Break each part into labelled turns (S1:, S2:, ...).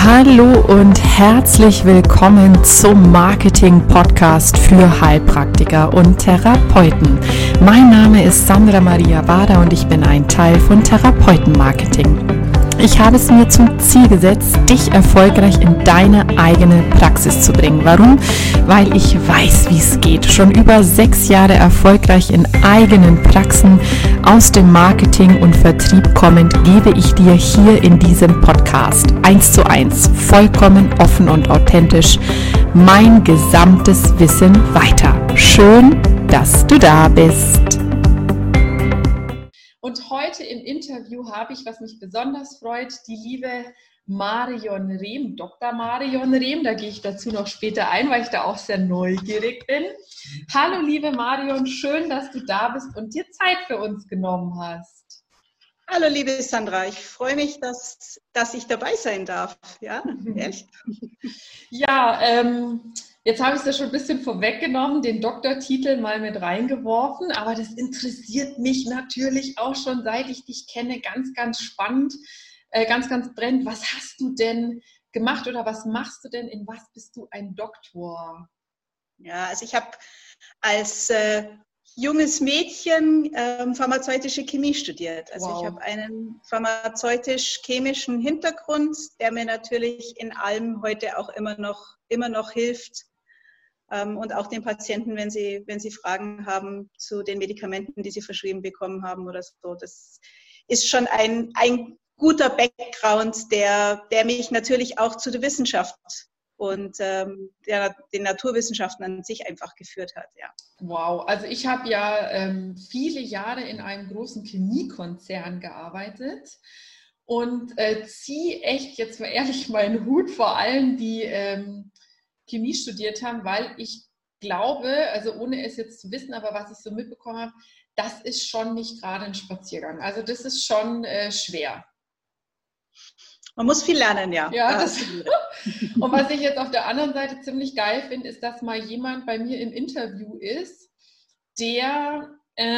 S1: Hallo und herzlich willkommen zum Marketing-Podcast für Heilpraktiker und Therapeuten. Mein Name ist Sandra Maria Bader und ich bin ein Teil von Therapeuten-Marketing. Ich habe es mir zum Ziel gesetzt, dich erfolgreich in deine eigene Praxis zu bringen. Warum? Weil ich weiß, wie es geht. Schon über 6 Jahre erfolgreich in eigenen Praxen aus dem Marketing und Vertrieb kommend, gebe ich dir hier in diesem Podcast 1:1, vollkommen offen und authentisch, mein gesamtes Wissen weiter. Schön, dass du da bist. Und heute im Interview habe ich, was mich besonders freut, die liebe Marion Rehm, Dr. Marion Rehm, da gehe ich dazu noch später ein, weil ich da auch sehr neugierig bin. Hallo liebe Marion, schön, dass du da bist und dir Zeit für uns genommen hast.
S2: Hallo liebe Sandra, ich freue mich, dass ich dabei sein darf. Ja, echt?
S1: Ja, jetzt habe ich es ja schon ein bisschen vorweggenommen, den Doktortitel mal mit reingeworfen, aber das interessiert mich natürlich auch schon, seit ich dich kenne, ganz, ganz spannend, ganz, ganz brennend. Was hast du denn gemacht oder was machst du denn? In was bist du ein Doktor?
S2: Ja, also ich habe als junges Mädchen pharmazeutische Chemie studiert. Also
S1: Wow.
S2: Ich habe einen pharmazeutisch-chemischen Hintergrund, der mir natürlich in allem heute auch immer noch hilft. Und auch den Patienten, wenn sie Fragen haben zu den Medikamenten, die sie verschrieben bekommen haben oder so. Das ist schon ein guter Background, der mich natürlich auch zu der Wissenschaft und den Naturwissenschaften an sich einfach geführt hat. Ja.
S1: Wow, also ich habe ja viele Jahre in einem großen Chemiekonzern gearbeitet und ziehe echt jetzt mal ehrlich meinen Hut vor allen, die Chemie studiert haben, weil ich glaube, also ohne es jetzt zu wissen, aber was ich so mitbekommen habe, das ist schon nicht gerade ein Spaziergang. Also das ist schon schwer.
S2: Man muss viel lernen, ja.
S1: Ja, und was ich jetzt auf der anderen Seite ziemlich geil finde, ist, dass mal jemand bei mir im Interview ist, der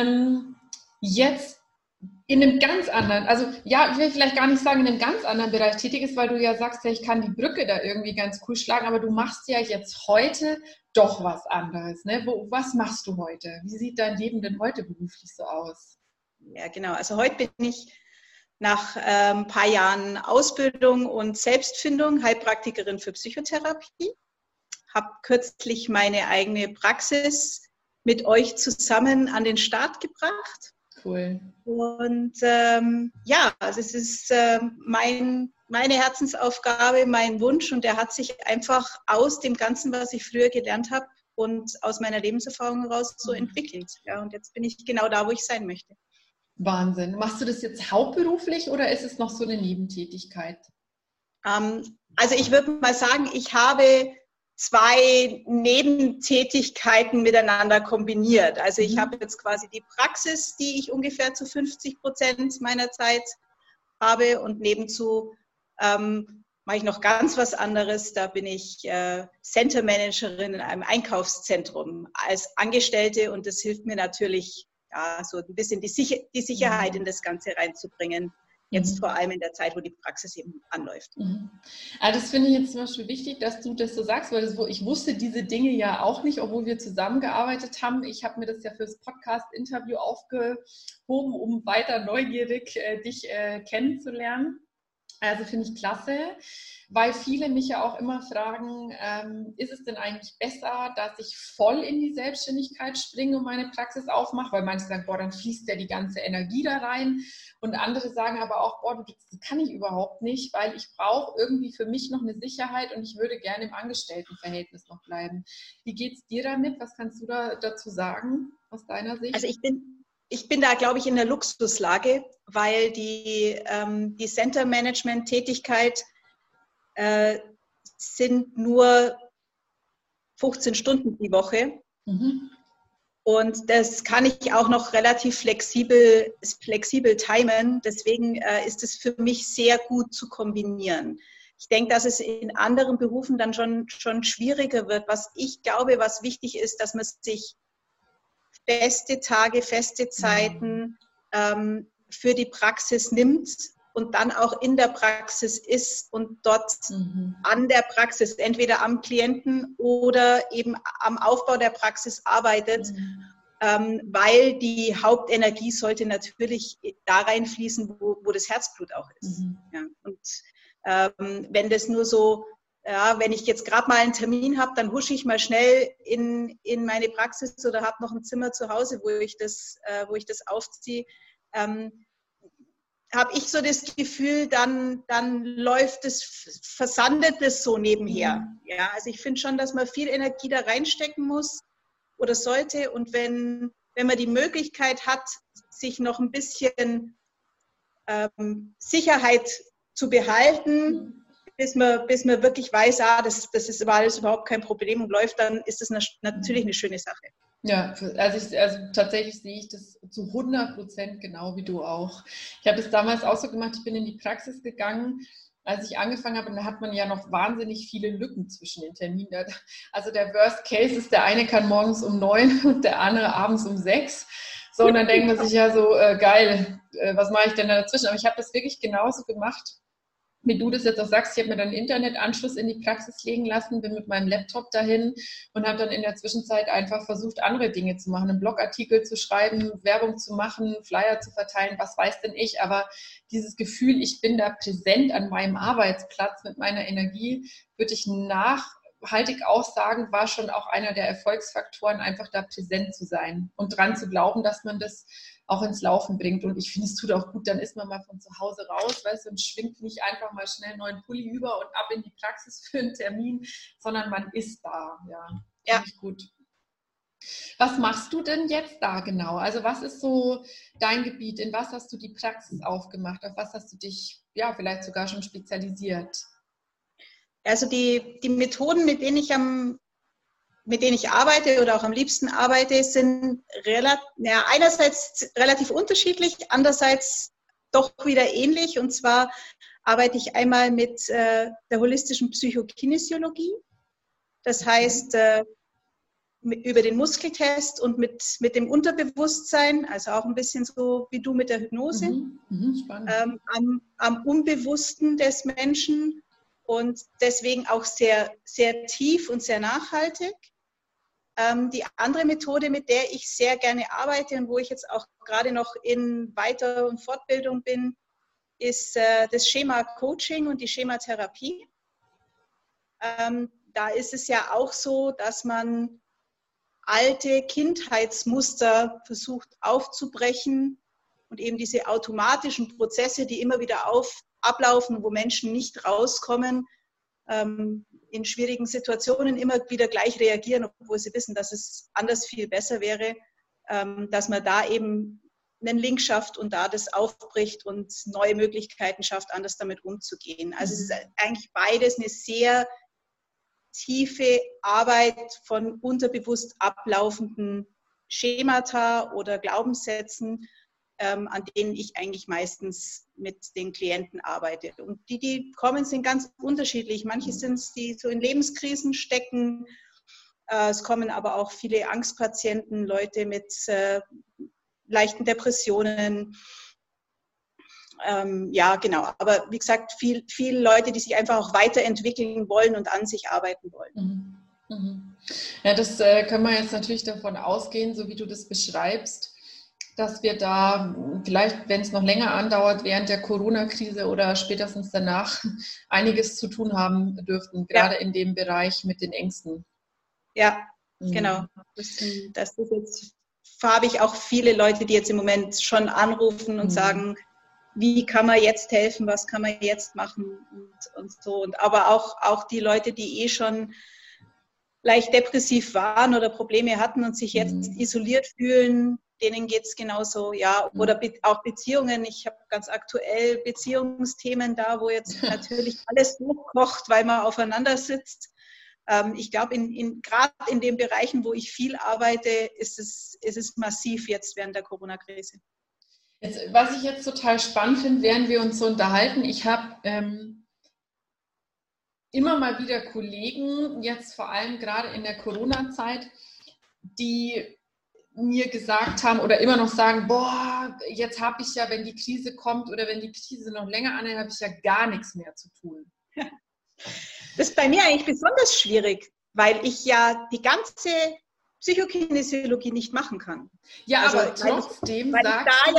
S1: jetzt in einem ganz anderen, also ja, ich will vielleicht gar nicht sagen, in einem ganz anderen Bereich tätig ist, weil du ja sagst, ja, ich kann die Brücke da irgendwie ganz cool schlagen, aber du machst ja jetzt heute doch was anderes. Ne? Was machst du heute? Wie sieht dein Leben denn heute beruflich so aus?
S2: Ja, genau. Also heute bin ich nach ein paar Jahren Ausbildung und Selbstfindung Heilpraktikerin für Psychotherapie. Habe kürzlich meine eigene Praxis mit euch zusammen an den Start gebracht.
S1: Cool.
S2: Und also es ist meine Herzensaufgabe, mein Wunsch, und der hat sich einfach aus dem Ganzen, was ich früher gelernt habe und aus meiner Lebenserfahrung heraus so entwickelt. Ja, und jetzt bin ich genau da, wo ich sein möchte.
S1: Wahnsinn. Machst du das jetzt hauptberuflich oder ist es noch so eine Nebentätigkeit?
S2: Also ich würde mal sagen, ich habe 2 Nebentätigkeiten miteinander kombiniert. Also ich habe jetzt quasi die Praxis, die ich ungefähr zu 50% meiner Zeit habe, und nebenzu mache ich noch ganz was anderes. Da bin ich Center Managerin in einem Einkaufszentrum als Angestellte, und das hilft mir natürlich, ja, so ein bisschen die Sicherheit in das Ganze reinzubringen. Jetzt vor allem in der Zeit, wo die Praxis eben anläuft.
S1: Also das finde ich jetzt zum Beispiel wichtig, dass du das so sagst, weil ich wusste diese Dinge ja auch nicht, obwohl wir zusammengearbeitet haben. Ich habe mir das ja fürs Podcast-Interview aufgehoben, um weiter neugierig dich kennenzulernen. Also finde ich klasse, weil viele mich ja auch immer fragen, ist es denn eigentlich besser, dass ich voll in die Selbstständigkeit springe und meine Praxis aufmache? Weil manche sagen, boah, dann fließt ja die ganze Energie da rein. Und andere sagen aber auch, boah, das kann ich überhaupt nicht, weil ich brauche irgendwie für mich noch eine Sicherheit und ich würde gerne im Angestelltenverhältnis noch bleiben. Wie geht es dir damit? Was kannst du dazu sagen aus deiner Sicht?
S2: Also ich bin da, glaube ich, in der Luxuslage, weil die Center-Management-Tätigkeit sind nur 15 Stunden die Woche. Und das kann ich auch noch relativ flexibel timen. Deswegen ist es für mich sehr gut zu kombinieren. Ich denke, dass es in anderen Berufen dann schon schwieriger wird. Was ich glaube, was wichtig ist, dass man sich feste Tage, feste Zeiten für die Praxis nimmt und dann auch in der Praxis ist und dort an der Praxis, entweder am Klienten oder eben am Aufbau der Praxis arbeitet, weil die Hauptenergie sollte natürlich da reinfließen, wo das Herzblut auch ist. Ja, und wenn das nur so, ja, wenn ich jetzt gerade mal einen Termin habe, dann husche ich mal schnell in meine Praxis oder habe noch ein Zimmer zu Hause, wo ich das aufziehe, habe ich so das Gefühl, dann läuft es, versandet es so nebenher. Ja, also ich finde schon, dass man viel Energie da reinstecken muss oder sollte. Und wenn man die Möglichkeit hat, sich noch ein bisschen Sicherheit zu behalten, bis man wirklich weiß, das ist alles überhaupt kein Problem und läuft, dann ist das natürlich eine schöne Sache.
S1: Ja, also tatsächlich sehe ich das zu 100% genau wie du auch. Ich habe es damals auch so gemacht, ich bin in die Praxis gegangen, als ich angefangen habe, und da hat man ja noch wahnsinnig viele Lücken zwischen den Terminen. Also der Worst Case ist, der eine kann morgens um 9 und der andere abends um 6. So, und dann denkt man sich ja so, geil, was mache ich denn da dazwischen? Aber ich habe das wirklich genauso gemacht, wie du das jetzt auch sagst. Ich habe mir dann einen Internetanschluss in die Praxis legen lassen, bin mit meinem Laptop dahin und habe dann in der Zwischenzeit einfach versucht, andere Dinge zu machen, einen Blogartikel zu schreiben, Werbung zu machen, Flyer zu verteilen, was weiß denn ich. Aber dieses Gefühl, ich bin da präsent an meinem Arbeitsplatz mit meiner Energie, würde ich nachhaltig auch sagen, war schon auch einer der Erfolgsfaktoren, einfach da präsent zu sein und dran zu glauben, dass man das auch ins Laufen bringt. Und ich finde, es tut auch gut, dann ist man mal von zu Hause raus, weißt du, und schwingt nicht einfach mal schnell einen neuen Pulli über und ab in die Praxis für einen Termin, sondern man ist da. Ja, finde ich gut. Was machst du denn jetzt da genau? Also was ist so dein Gebiet? In was hast du die Praxis aufgemacht? Auf was hast du dich vielleicht sogar schon spezialisiert?
S2: Also die Methoden, mit denen ich arbeite oder auch am liebsten arbeite, sind einerseits relativ unterschiedlich, andererseits doch wieder ähnlich. Und zwar arbeite ich einmal mit der holistischen Psychokinesiologie. Das heißt, über den Muskeltest und mit dem Unterbewusstsein, also auch ein bisschen so wie du mit der Hypnose,
S1: spannend.
S2: Am Unbewussten des Menschen und deswegen auch sehr, sehr tief und sehr nachhaltig. Die andere Methode, mit der ich sehr gerne arbeite und wo ich jetzt auch gerade noch in Weiter- und Fortbildung bin, ist das Schema-Coaching und die Schematherapie. Da ist es ja auch so, dass man alte Kindheitsmuster versucht aufzubrechen und eben diese automatischen Prozesse, die immer wieder ablaufen, wo Menschen nicht rauskommen, in schwierigen Situationen immer wieder gleich reagieren, obwohl sie wissen, dass es anders viel besser wäre, dass man da eben einen Link schafft und da das aufbricht und neue Möglichkeiten schafft, anders damit umzugehen. Also es ist eigentlich beides eine sehr tiefe Arbeit von unterbewusst ablaufenden Schemata oder Glaubenssätzen, an denen ich eigentlich meistens mit den Klienten arbeite. Und die kommen, sind ganz unterschiedlich. Manche sind es, die so in Lebenskrisen stecken. Es kommen aber auch viele Angstpatienten, Leute mit leichten Depressionen. Ja, genau. Aber wie gesagt, viele Leute, die sich einfach auch weiterentwickeln wollen und an sich arbeiten wollen.
S1: Ja, das können wir jetzt natürlich davon ausgehen, so wie du das beschreibst, dass wir da vielleicht, wenn es noch länger andauert, während der Corona-Krise oder spätestens danach einiges zu tun haben dürften, gerade in dem Bereich mit den Ängsten.
S2: Ja, genau. Das ist jetzt, habe ich auch viele Leute, die jetzt im Moment schon anrufen und sagen, wie kann man jetzt helfen, was kann man jetzt machen und so. Und aber auch die Leute, die schon leicht depressiv waren oder Probleme hatten und sich jetzt isoliert fühlen, denen geht es genauso, ja. Oder auch Beziehungen. Ich habe ganz aktuell Beziehungsthemen da, wo jetzt natürlich alles hochkocht, weil man aufeinander sitzt. Ich glaube, gerade in den Bereichen, wo ich viel arbeite, ist es massiv jetzt während der Corona-Krise.
S1: Was ich jetzt total spannend finde, während wir uns so unterhalten, ich habe immer mal wieder Kollegen, jetzt vor allem gerade in der Corona-Zeit, die mir gesagt haben oder immer noch sagen, boah, jetzt habe ich ja, wenn die Krise kommt oder wenn die Krise noch länger anhält, habe ich ja gar nichts mehr zu tun.
S2: Das ist bei mir eigentlich besonders schwierig, weil ich ja die ganze Psychokinesiologie nicht machen kann.
S1: Ja, also, aber trotzdem
S2: weil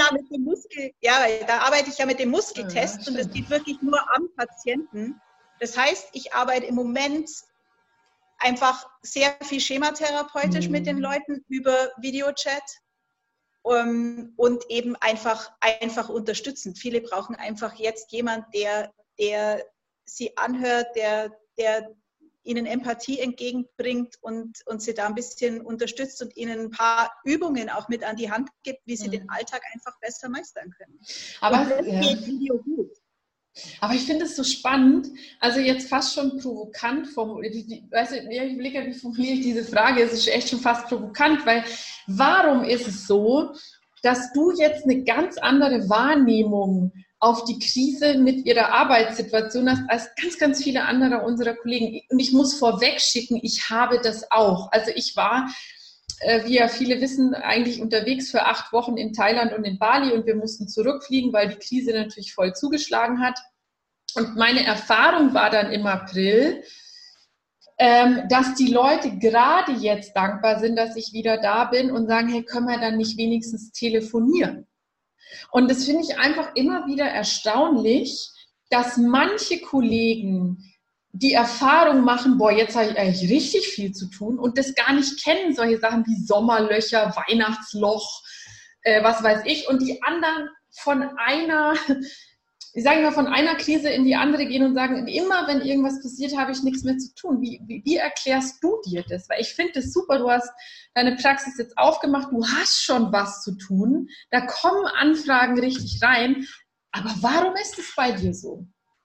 S2: da arbeite ich ja mit dem Muskeltest und das geht wirklich nur am Patienten. Das heißt, ich arbeite im Moment einfach sehr viel schematherapeutisch mit den Leuten über Videochat und eben einfach unterstützend. Viele brauchen einfach jetzt jemand, der sie anhört, der ihnen Empathie entgegenbringt und sie da ein bisschen unterstützt und ihnen ein paar Übungen auch mit an die Hand gibt, wie sie den Alltag einfach besser meistern können.
S1: Aber das geht Video gut. Aber ich finde es so spannend, also jetzt fast schon provokant formuliert. Weißt du, ich überlege, wie formuliere ich diese Frage? Es ist echt schon fast provokant, weil warum ist es so, dass du jetzt eine ganz andere Wahrnehmung auf die Krise mit ihrer Arbeitssituation hast als ganz, ganz viele andere unserer Kollegen? Und ich muss vorweg schicken, ich habe das auch. Also ich war, wie ja viele wissen, eigentlich unterwegs für 8 Wochen in Thailand und in Bali und wir mussten zurückfliegen, weil die Krise natürlich voll zugeschlagen hat. Und meine Erfahrung war dann im April, dass die Leute gerade jetzt dankbar sind, dass ich wieder da bin und sagen, hey, können wir dann nicht wenigstens telefonieren? Und das finde ich einfach immer wieder erstaunlich, dass manche Kollegen die Erfahrung machen, boah, jetzt habe ich eigentlich richtig viel zu tun und das gar nicht kennen, solche Sachen wie Sommerlöcher, Weihnachtsloch, was weiß ich, und die anderen von einer Krise in die andere gehen und sagen, immer wenn irgendwas passiert, habe ich nichts mehr zu tun. Wie erklärst du dir das? Weil ich finde das super, du hast deine Praxis jetzt aufgemacht, du hast schon was zu tun, da kommen Anfragen richtig rein, aber warum ist es bei dir so?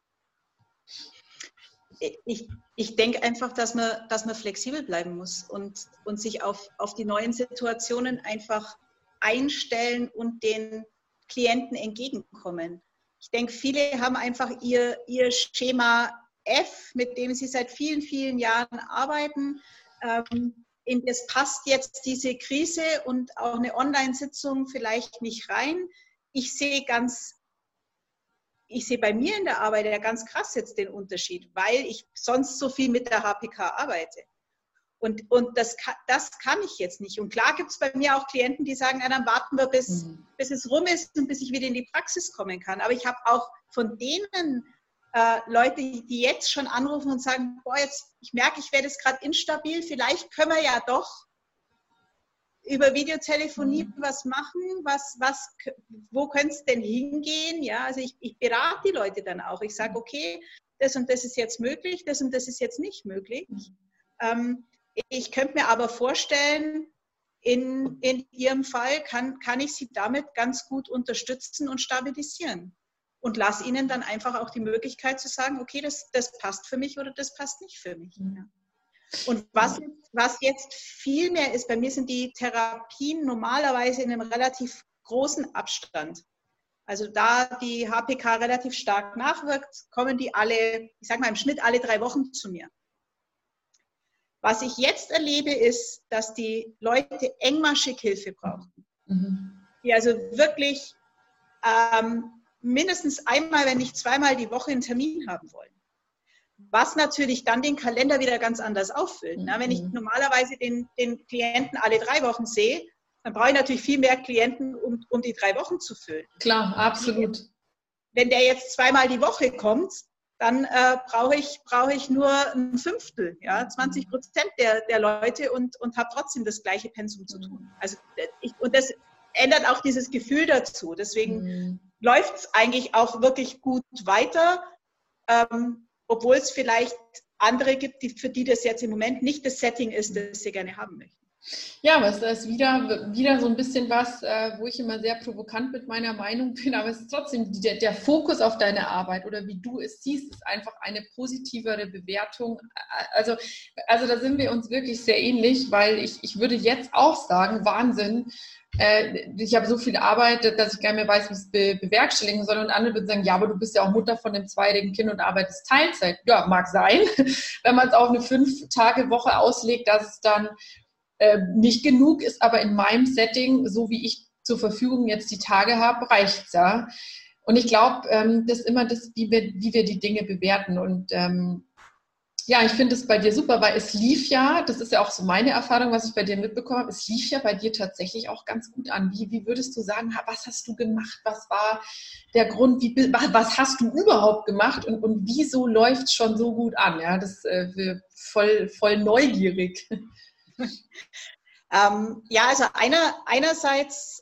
S2: Ich denke einfach, dass man flexibel bleiben muss und sich auf die neuen Situationen einfach einstellen und den Klienten entgegenkommen. Ich denke, viele haben einfach ihr Schema F, mit dem sie seit vielen, vielen Jahren arbeiten. In das passt jetzt diese Krise und auch eine Online-Sitzung vielleicht nicht rein. Ich sehe bei mir in der Arbeit ja ganz krass jetzt den Unterschied, weil ich sonst so viel mit der HPK arbeite. Und das kann ich jetzt nicht. Und klar gibt es bei mir auch Klienten, die sagen, dann warten wir, bis es rum ist und bis ich wieder in die Praxis kommen kann. Aber ich habe auch von denen Leute, die jetzt schon anrufen und sagen, boah, ich merke, ich werde jetzt gerade instabil, vielleicht können wir ja doch über Videotelefonie was machen, wo könnte es denn hingehen? Ja, also ich berate die Leute dann auch. Ich sage, okay, das und das ist jetzt möglich, das und das ist jetzt nicht möglich. Ich könnte mir aber vorstellen, in Ihrem Fall kann ich Sie damit ganz gut unterstützen und stabilisieren. Und lasse Ihnen dann einfach auch die Möglichkeit zu sagen, okay, das passt für mich oder das passt nicht für mich. Ja. Und was jetzt viel mehr ist, bei mir sind die Therapien normalerweise in einem relativ großen Abstand. Also da die HPK relativ stark nachwirkt, kommen die im Schnitt alle 3 Wochen zu mir. Was ich jetzt erlebe, ist, dass die Leute engmaschig Hilfe brauchen. Die also wirklich mindestens einmal, wenn nicht zweimal die Woche einen Termin haben wollen. Was natürlich dann den Kalender wieder ganz anders auffüllt. Wenn ich normalerweise den Klienten alle 3 Wochen sehe, dann brauche ich natürlich viel mehr Klienten, um die 3 Wochen zu füllen.
S1: Klar, absolut.
S2: Wenn der jetzt zweimal die Woche kommt, dann brauche ich nur ein Fünftel, 20% der Leute und habe trotzdem das gleiche Pensum zu tun. Also und das ändert auch dieses Gefühl dazu. Deswegen läuft es eigentlich auch wirklich gut weiter, obwohl es vielleicht andere gibt, für die das jetzt im Moment nicht das Setting ist, das sie gerne haben möchten.
S1: Ja, aber es ist wieder so ein bisschen was, wo ich immer sehr provokant mit meiner Meinung bin, aber es ist trotzdem der Fokus auf deine Arbeit oder wie du es siehst, ist einfach eine positivere Bewertung. Also da sind wir uns wirklich sehr ähnlich, weil ich würde jetzt auch sagen, Wahnsinn, ich habe so viel Arbeit, dass ich gar nicht mehr weiß, wie ich es bewerkstelligen soll. Und andere würden sagen, ja, aber du bist ja auch Mutter von einem 2-jährigen Kind und arbeitest Teilzeit. Ja, mag sein, wenn man es auf eine 5-Tage-Woche auslegt, dass es dann nicht genug, ist aber in meinem Setting, so wie ich zur Verfügung jetzt die Tage habe, reicht's ja. Und ich glaube, das ist immer das, wie wir die Dinge bewerten. Und ja, ich finde es bei dir super, weil es lief ja, das ist ja auch so meine Erfahrung, was ich bei dir mitbekommen habe, es lief ja bei dir tatsächlich auch ganz gut an. Wie würdest du sagen, was hast du gemacht? Was war der Grund? Was hast du überhaupt gemacht? Und wieso läuft es schon so gut an? Ja, das wir voll neugierig.
S2: Ja, also einerseits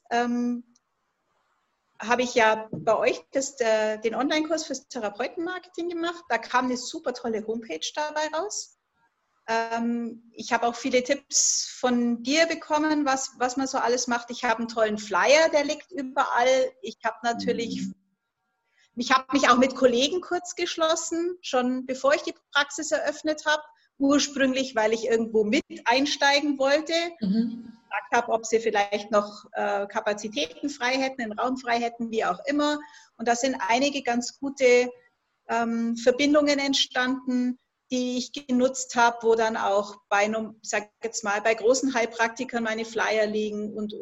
S2: habe ich ja bei euch den Online-Kurs fürs Therapeutenmarketing gemacht. Da kam eine super tolle Homepage dabei raus. Ich habe auch viele Tipps von dir bekommen, was man so alles macht. Ich habe einen tollen Flyer, der liegt überall. Ich habe mich auch mit Kollegen kurz geschlossen, schon bevor ich die Praxis eröffnet habe. Ursprünglich, weil ich irgendwo mit einsteigen wollte. Gefragt habe, ob sie vielleicht noch Kapazitäten frei hätten, einen Raum frei hätten, wie auch immer. Und da sind einige ganz gute Verbindungen entstanden, die ich genutzt habe, wo dann auch bei großen Heilpraktikern meine Flyer liegen und.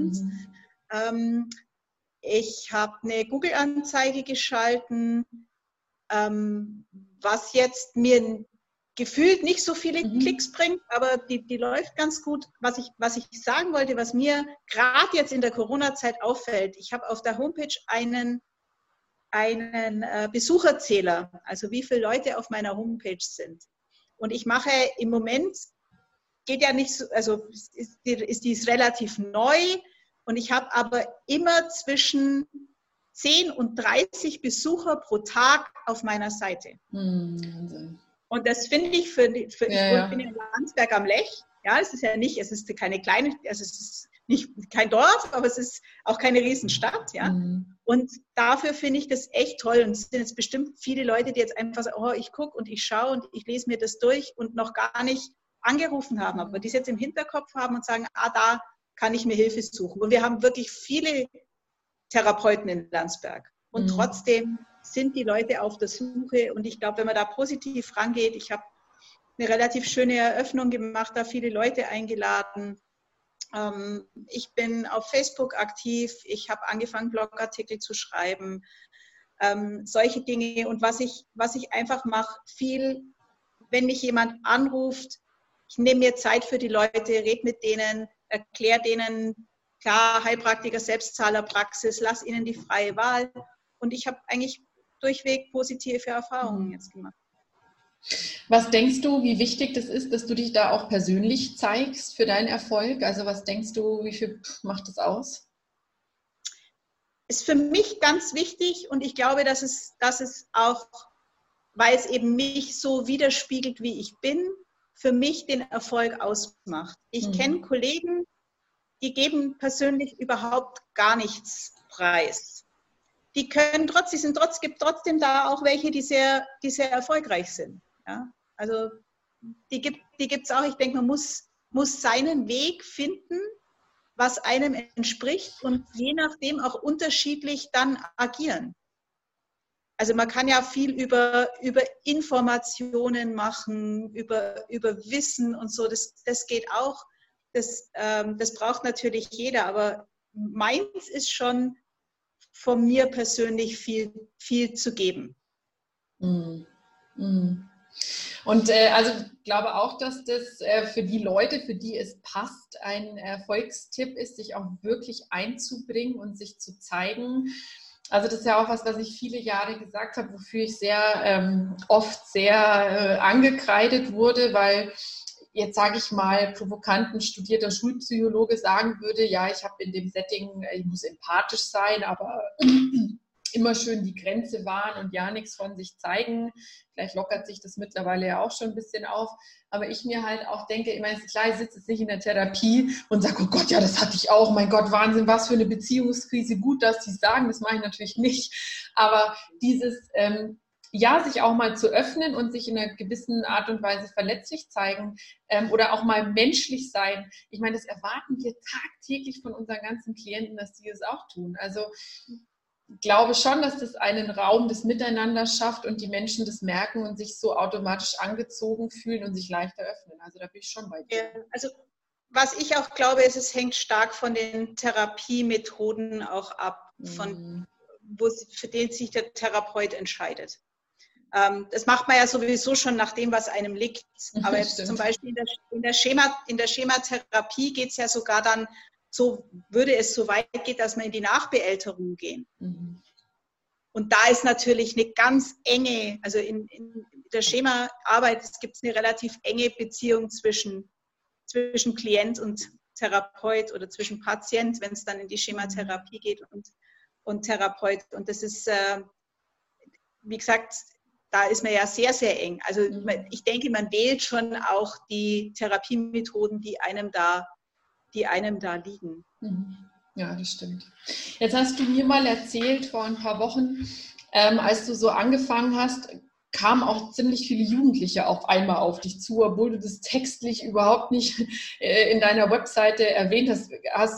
S2: Ich habe eine Google-Anzeige geschalten, was jetzt mir gefühlt nicht so viele Klicks bringt, aber die läuft ganz gut. Was ich sagen wollte, was mir gerade jetzt in der Corona-Zeit auffällt, ich habe auf der Homepage einen Besucherzähler, also wie viele Leute auf meiner Homepage sind. Und ich mache im Moment, geht ja nicht so, also die ist relativ neu und ich habe aber immer zwischen 10 und 30 Besucher pro Tag auf meiner Seite.
S1: Wahnsinn.
S2: Und das finde ich ich bin in Landsberg am Lech. Ja, es ist keine kleine, es ist nicht kein Dorf, aber es ist auch keine Riesenstadt. Ja. Und dafür finde ich das echt toll. Und es sind jetzt bestimmt viele Leute, die jetzt einfach sagen, oh, ich gucke und ich schaue und ich lese mir das durch und noch gar nicht angerufen haben, aber die es jetzt im Hinterkopf haben und sagen, da kann ich mir Hilfe suchen. Und wir haben wirklich viele Therapeuten in Landsberg. Und trotzdem sind die Leute auf der Suche. Und ich glaube, wenn man da positiv rangeht, ich habe eine relativ schöne Eröffnung gemacht, da viele Leute eingeladen. Ich bin auf Facebook aktiv. Ich habe angefangen, Blogartikel zu schreiben. Solche Dinge. Und was ich einfach mache, viel, wenn mich jemand anruft, ich nehme mir Zeit für die Leute, rede mit denen, erkläre denen, klar, Heilpraktiker, Selbstzahlerpraxis, lass ihnen die freie Wahl. Und ich habe eigentlich durchweg positive Erfahrungen jetzt gemacht.
S1: Was denkst du, wie wichtig das ist, dass du dich da auch persönlich zeigst für deinen Erfolg? Also was denkst du, wie viel macht das aus?
S2: Ist für mich ganz wichtig und ich glaube, dass es auch, weil es eben mich so widerspiegelt, wie ich bin, für mich den Erfolg ausmacht. Ich kenne Kollegen, die geben persönlich überhaupt gar nichts preis. Die können gibt trotzdem da auch welche, die sehr erfolgreich sind. Ja? Also die gibt es auch. Ich denke, man muss seinen Weg finden, was einem entspricht und je nachdem auch unterschiedlich dann agieren. Also man kann ja viel über Informationen machen, über Wissen und so. Das geht auch. Das braucht natürlich jeder. Aber meins ist schon von mir persönlich viel zu geben.
S1: Und also ich glaube auch, dass das für die Leute, für die es passt, ein Erfolgstipp ist, sich auch wirklich einzubringen und sich zu zeigen. Also das ist ja auch was ich viele Jahre gesagt habe, wofür ich sehr oft sehr angekreidet wurde, weil jetzt sage ich mal, provokant ein studierter Schulpsychologe sagen würde, ja, ich habe in dem Setting, ich muss empathisch sein, aber immer schön die Grenze wahren und ja nichts von sich zeigen. Vielleicht lockert sich das mittlerweile ja auch schon ein bisschen auf. Aber ich mir halt auch denke, ich meine, klar, ich sitze jetzt nicht in der Therapie und sage, oh Gott, ja, das hatte ich auch. Mein Gott, Wahnsinn, was für eine Beziehungskrise. Gut, dass Sie es sagen, das mache ich natürlich nicht. Aber dieses, sich auch mal zu öffnen und sich in einer gewissen Art und Weise verletzlich zeigen oder auch mal menschlich sein. Ich meine, das erwarten wir tagtäglich von unseren ganzen Klienten, dass die es auch tun. Also ich glaube schon, dass das einen Raum des Miteinanders schafft und die Menschen das merken und sich so automatisch angezogen fühlen und sich leichter öffnen. Also da bin ich schon bei dir.
S2: Ja, also was ich auch glaube, ist, es hängt stark von den Therapiemethoden auch ab, für den sich der Therapeut entscheidet. Das macht man ja sowieso schon nach dem, was einem liegt. Aber jetzt zum Beispiel in der Schematherapie geht es ja sogar dann so, würde es so weit gehen, dass man in die Nachbeälterung gehen. Und da ist natürlich eine ganz enge, also in der Schemaarbeit gibt es eine relativ enge Beziehung zwischen Klient und Therapeut oder zwischen Patient, wenn es dann in die Schematherapie geht und Therapeut. Und das ist, wie gesagt, da ist man ja sehr, sehr eng. Also ich denke, man wählt schon auch die Therapiemethoden, die einem da liegen.
S1: Ja, das stimmt. Jetzt hast du mir mal erzählt vor ein paar Wochen, als du so angefangen hast, kamen auch ziemlich viele Jugendliche auf einmal auf dich zu, obwohl du das textlich überhaupt nicht in deiner Webseite erwähnt hast.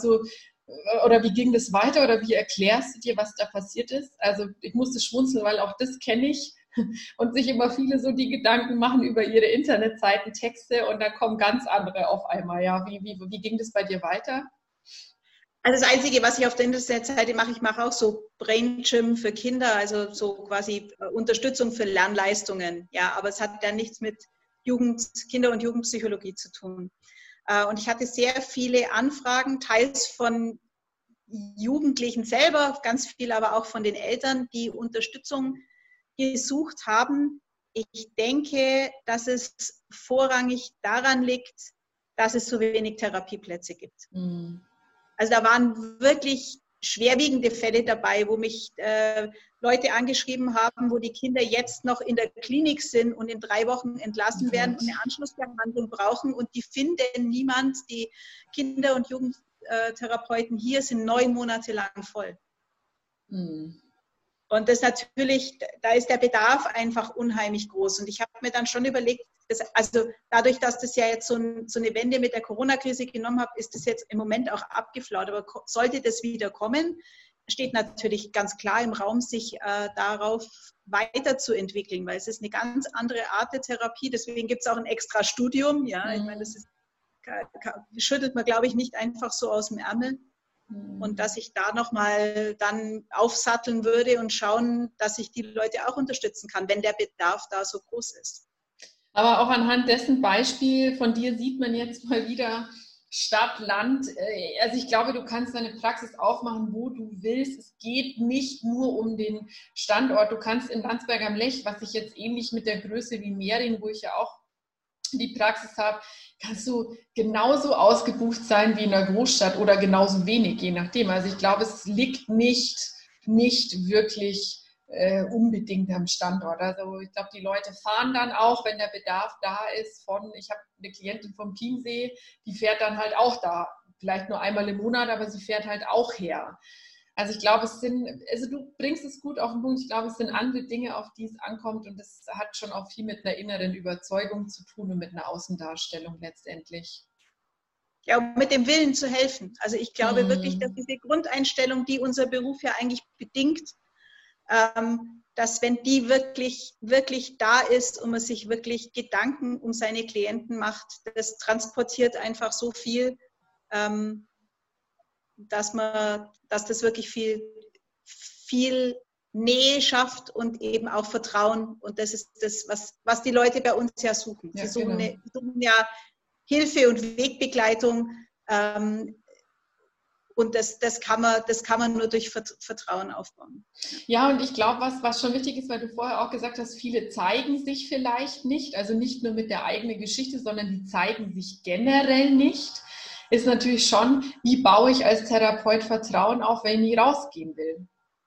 S1: Oder wie ging das weiter oder wie erklärst du dir, was da passiert ist? Also ich musste schmunzeln, weil auch das kenne ich und sich immer viele so die Gedanken machen über ihre Internetseiten, Texte und dann kommen ganz andere auf einmal. Ja, wie ging das bei dir weiter?
S2: Also das Einzige, was ich auf der Internetseite mache, ich mache auch so Brain Gym für Kinder, also so quasi Unterstützung für Lernleistungen. Ja, aber es hat ja nichts mit Kinder- und Jugendpsychologie zu tun. Und ich hatte sehr viele Anfragen, teils von Jugendlichen selber, ganz viel aber auch von den Eltern, die Unterstützung gesucht haben. Ich denke, dass es vorrangig daran liegt, dass es so wenig Therapieplätze gibt. Also da waren wirklich schwerwiegende Fälle dabei, wo mich Leute angeschrieben haben, wo die Kinder jetzt noch in der Klinik sind und in 3 Wochen entlassen werden und eine Anschlussbehandlung brauchen und die finden niemand. Die Kinder- und Jugendtherapeuten hier sind 9 Monate lang voll. Und das natürlich, da ist der Bedarf einfach unheimlich groß. Und ich habe mir dann schon überlegt, also dadurch, dass das ja jetzt so eine Wende mit der Corona-Krise genommen hat, ist das jetzt im Moment auch abgeflaut. Aber sollte das wieder kommen, steht natürlich ganz klar im Raum, sich darauf weiterzuentwickeln, weil es ist eine ganz andere Art der Therapie. Deswegen gibt es auch ein extra Studium. Ja, ich meine, das schüttelt man, glaube ich, nicht einfach so aus dem Ärmel. Und dass ich da nochmal dann aufsatteln würde und schauen, dass ich die Leute auch unterstützen kann, wenn der Bedarf da so groß ist.
S1: Aber auch anhand dessen Beispiel von dir sieht man jetzt mal wieder Stadt, Land. Also ich glaube, du kannst deine Praxis aufmachen, wo du willst. Es geht nicht nur um den Standort. Du kannst in Landsberg am Lech, was ich jetzt ähnlich mit der Größe wie Mering, wo ich ja auch die Praxis habe, kannst du genauso ausgebucht sein wie in einer Großstadt oder genauso wenig, je nachdem. Also ich glaube, es liegt nicht wirklich unbedingt am Standort. Also ich glaube, die Leute fahren dann auch, wenn der Bedarf da ist ich habe eine Klientin vom Chiemsee, die fährt dann halt auch da, vielleicht nur einmal im Monat, aber sie fährt halt auch her. Also ich glaube, du bringst es gut auf den Punkt, ich glaube, es sind andere Dinge, auf die es ankommt und das hat schon auch viel mit einer inneren Überzeugung zu tun und mit einer Außendarstellung letztendlich.
S2: Ja, um mit dem Willen zu helfen. Also ich glaube wirklich, dass diese Grundeinstellung, die unser Beruf ja eigentlich bedingt, dass wenn die wirklich, wirklich da ist und man sich wirklich Gedanken um seine Klienten macht, das transportiert einfach so viel, dass das wirklich viel Nähe schafft und eben auch Vertrauen. Und das ist das, was die Leute bei uns ja suchen. Sie suchen ja Hilfe und Wegbegleitung. Und das kann man nur durch Vertrauen aufbauen.
S1: Ja, und ich glaube, was schon wichtig ist, weil du vorher auch gesagt hast, viele zeigen sich vielleicht nicht, also nicht nur mit der eigenen Geschichte, sondern die zeigen sich generell nicht, ist natürlich schon, wie baue ich als Therapeut Vertrauen auf, wenn ich nie rausgehen will.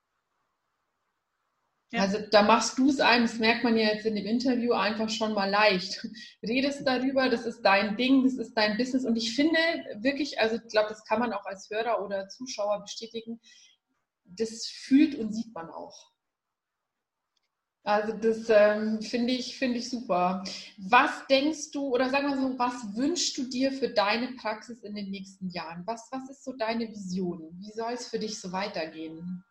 S1: Ja. Also da machst du es einem, das merkt man ja jetzt in dem Interview, einfach schon mal leicht. Redest darüber, das ist dein Ding, das ist dein Business und ich finde wirklich, also ich glaube, das kann man auch als Hörer oder Zuschauer bestätigen, das fühlt und sieht man auch. Also das finde ich super. Was denkst du oder sagen wir so, was wünschst du dir für deine Praxis in den nächsten Jahren? Was ist so deine Vision? Wie soll es für dich so weitergehen?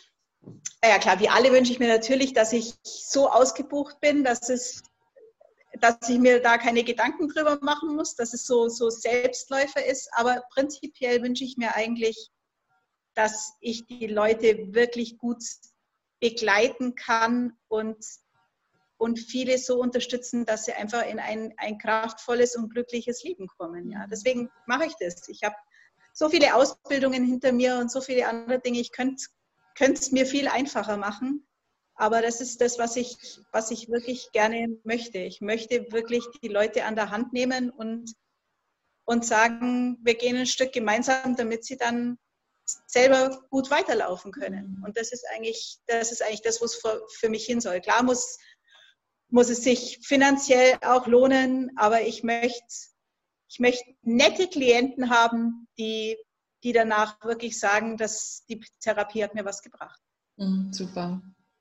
S2: Ja klar, wie alle wünsche ich mir natürlich, dass ich so ausgebucht bin, dass es dass ich mir da keine Gedanken drüber machen muss, dass es so Selbstläufer ist. Aber prinzipiell wünsche ich mir eigentlich, dass ich die Leute wirklich gut begleiten kann und viele so unterstützen, dass sie einfach in ein kraftvolles und glückliches Leben kommen. Ja. Deswegen mache ich das. Ich habe so viele Ausbildungen hinter mir und so viele andere Dinge. Ich könnte es mir viel einfacher machen. Aber das ist das, was ich wirklich gerne möchte. Ich möchte wirklich die Leute an der Hand nehmen und sagen, wir gehen ein Stück gemeinsam, damit sie dann selber gut weiterlaufen können. Und das ist eigentlich das, was für mich hin soll. Klar muss es sich finanziell auch lohnen, aber ich möchte nette Klienten haben, die danach wirklich sagen, dass die Therapie hat mir was gebracht.
S1: Super.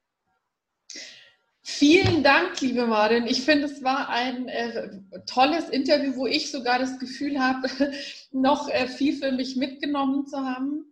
S1: Vielen Dank, liebe Marion. Ich finde, es war ein tolles Interview, wo ich sogar das Gefühl habe, noch viel für mich mitgenommen zu haben.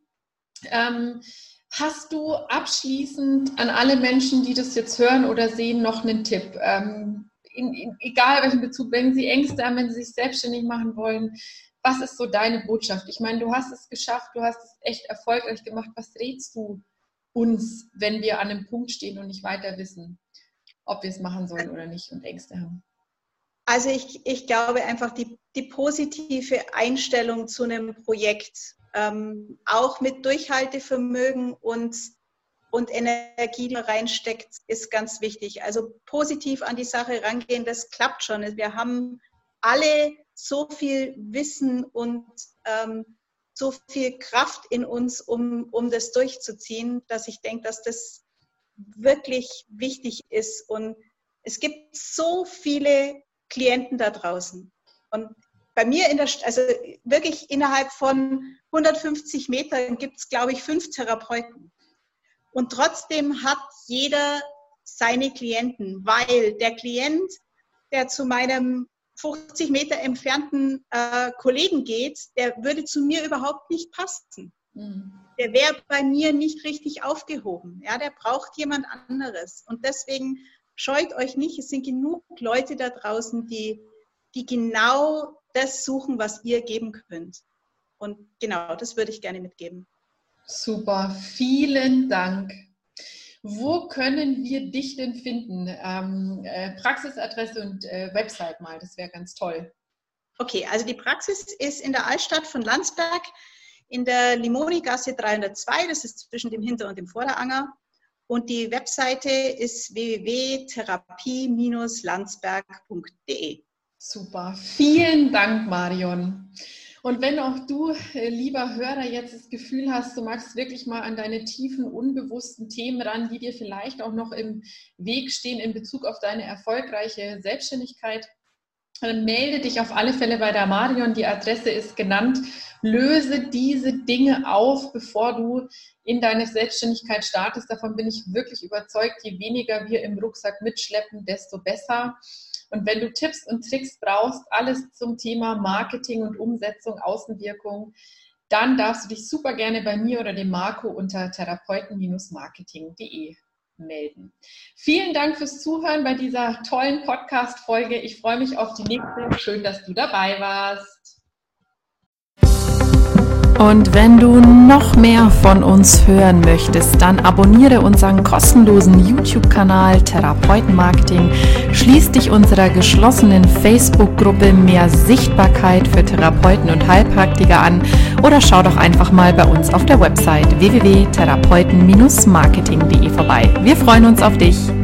S1: Hast du abschließend an alle Menschen, die das jetzt hören oder sehen, noch einen Tipp? Egal welchen Bezug, wenn sie Ängste haben, wenn sie sich selbstständig machen wollen, was ist so deine Botschaft? Ich meine, du hast es geschafft, du hast es echt erfolgreich gemacht. Was rätst du uns, wenn wir an einem Punkt stehen und nicht weiter wissen, ob wir es machen sollen oder nicht und Ängste haben?
S2: Also ich glaube einfach die positive Einstellung zu einem Projekt, auch mit Durchhaltevermögen und Energie, die man reinsteckt, ist ganz wichtig. Also positiv an die Sache rangehen, das klappt schon. Wir haben alle so viel Wissen und so viel Kraft in uns, um das durchzuziehen, dass ich denke, dass das wirklich wichtig ist. Und es gibt so viele Klienten da draußen. Und bei mir also wirklich innerhalb von 150 Metern gibt es, glaube ich, 5 Therapeuten. Und trotzdem hat jeder seine Klienten, weil der Klient, der zu meinem 50 Meter entfernten Kollegen geht, der würde zu mir überhaupt nicht passen. Der wäre bei mir nicht richtig aufgehoben. Ja, der braucht jemand anderes. Und deswegen scheut euch nicht, es sind genug Leute da draußen, die genau das suchen, was ihr geben könnt. Und genau, das würde ich gerne mitgeben.
S1: Super, vielen Dank. Wo können wir dich denn finden? Praxisadresse und Website mal, das wäre ganz toll.
S2: Okay, also die Praxis ist in der Altstadt von Landsberg, in der Limonigasse 302, das ist zwischen dem Hinter- und dem Vorderanger. Und die Webseite ist www.therapie-landsberg.de.
S1: Super, vielen Dank, Marion. Und wenn auch du, lieber Hörer, jetzt das Gefühl hast, du magst wirklich mal an deine tiefen, unbewussten Themen ran, die dir vielleicht auch noch im Weg stehen in Bezug auf deine erfolgreiche Selbstständigkeit, dann melde dich auf alle Fälle bei der Marion. Die Adresse ist genannt. Löse diese Dinge auf, bevor du in deine Selbstständigkeit startest. Davon bin ich wirklich überzeugt. Je weniger wir im Rucksack mitschleppen, desto besser. Und wenn du Tipps und Tricks brauchst, alles zum Thema Marketing und Umsetzung, Außenwirkung, dann darfst du dich super gerne bei mir oder dem Marco unter therapeuten-marketing.de melden. Vielen Dank fürs Zuhören bei dieser tollen Podcast-Folge. Ich freue mich auf die nächste. Schön, dass du dabei warst.
S3: Und wenn du noch mehr von uns hören möchtest, dann abonniere unseren kostenlosen YouTube-Kanal Therapeutenmarketing, schließ dich unserer geschlossenen Facebook-Gruppe Mehr Sichtbarkeit für Therapeuten und Heilpraktiker an oder schau doch einfach mal bei uns auf der Website www.therapeuten-marketing.de vorbei. Wir freuen uns auf dich.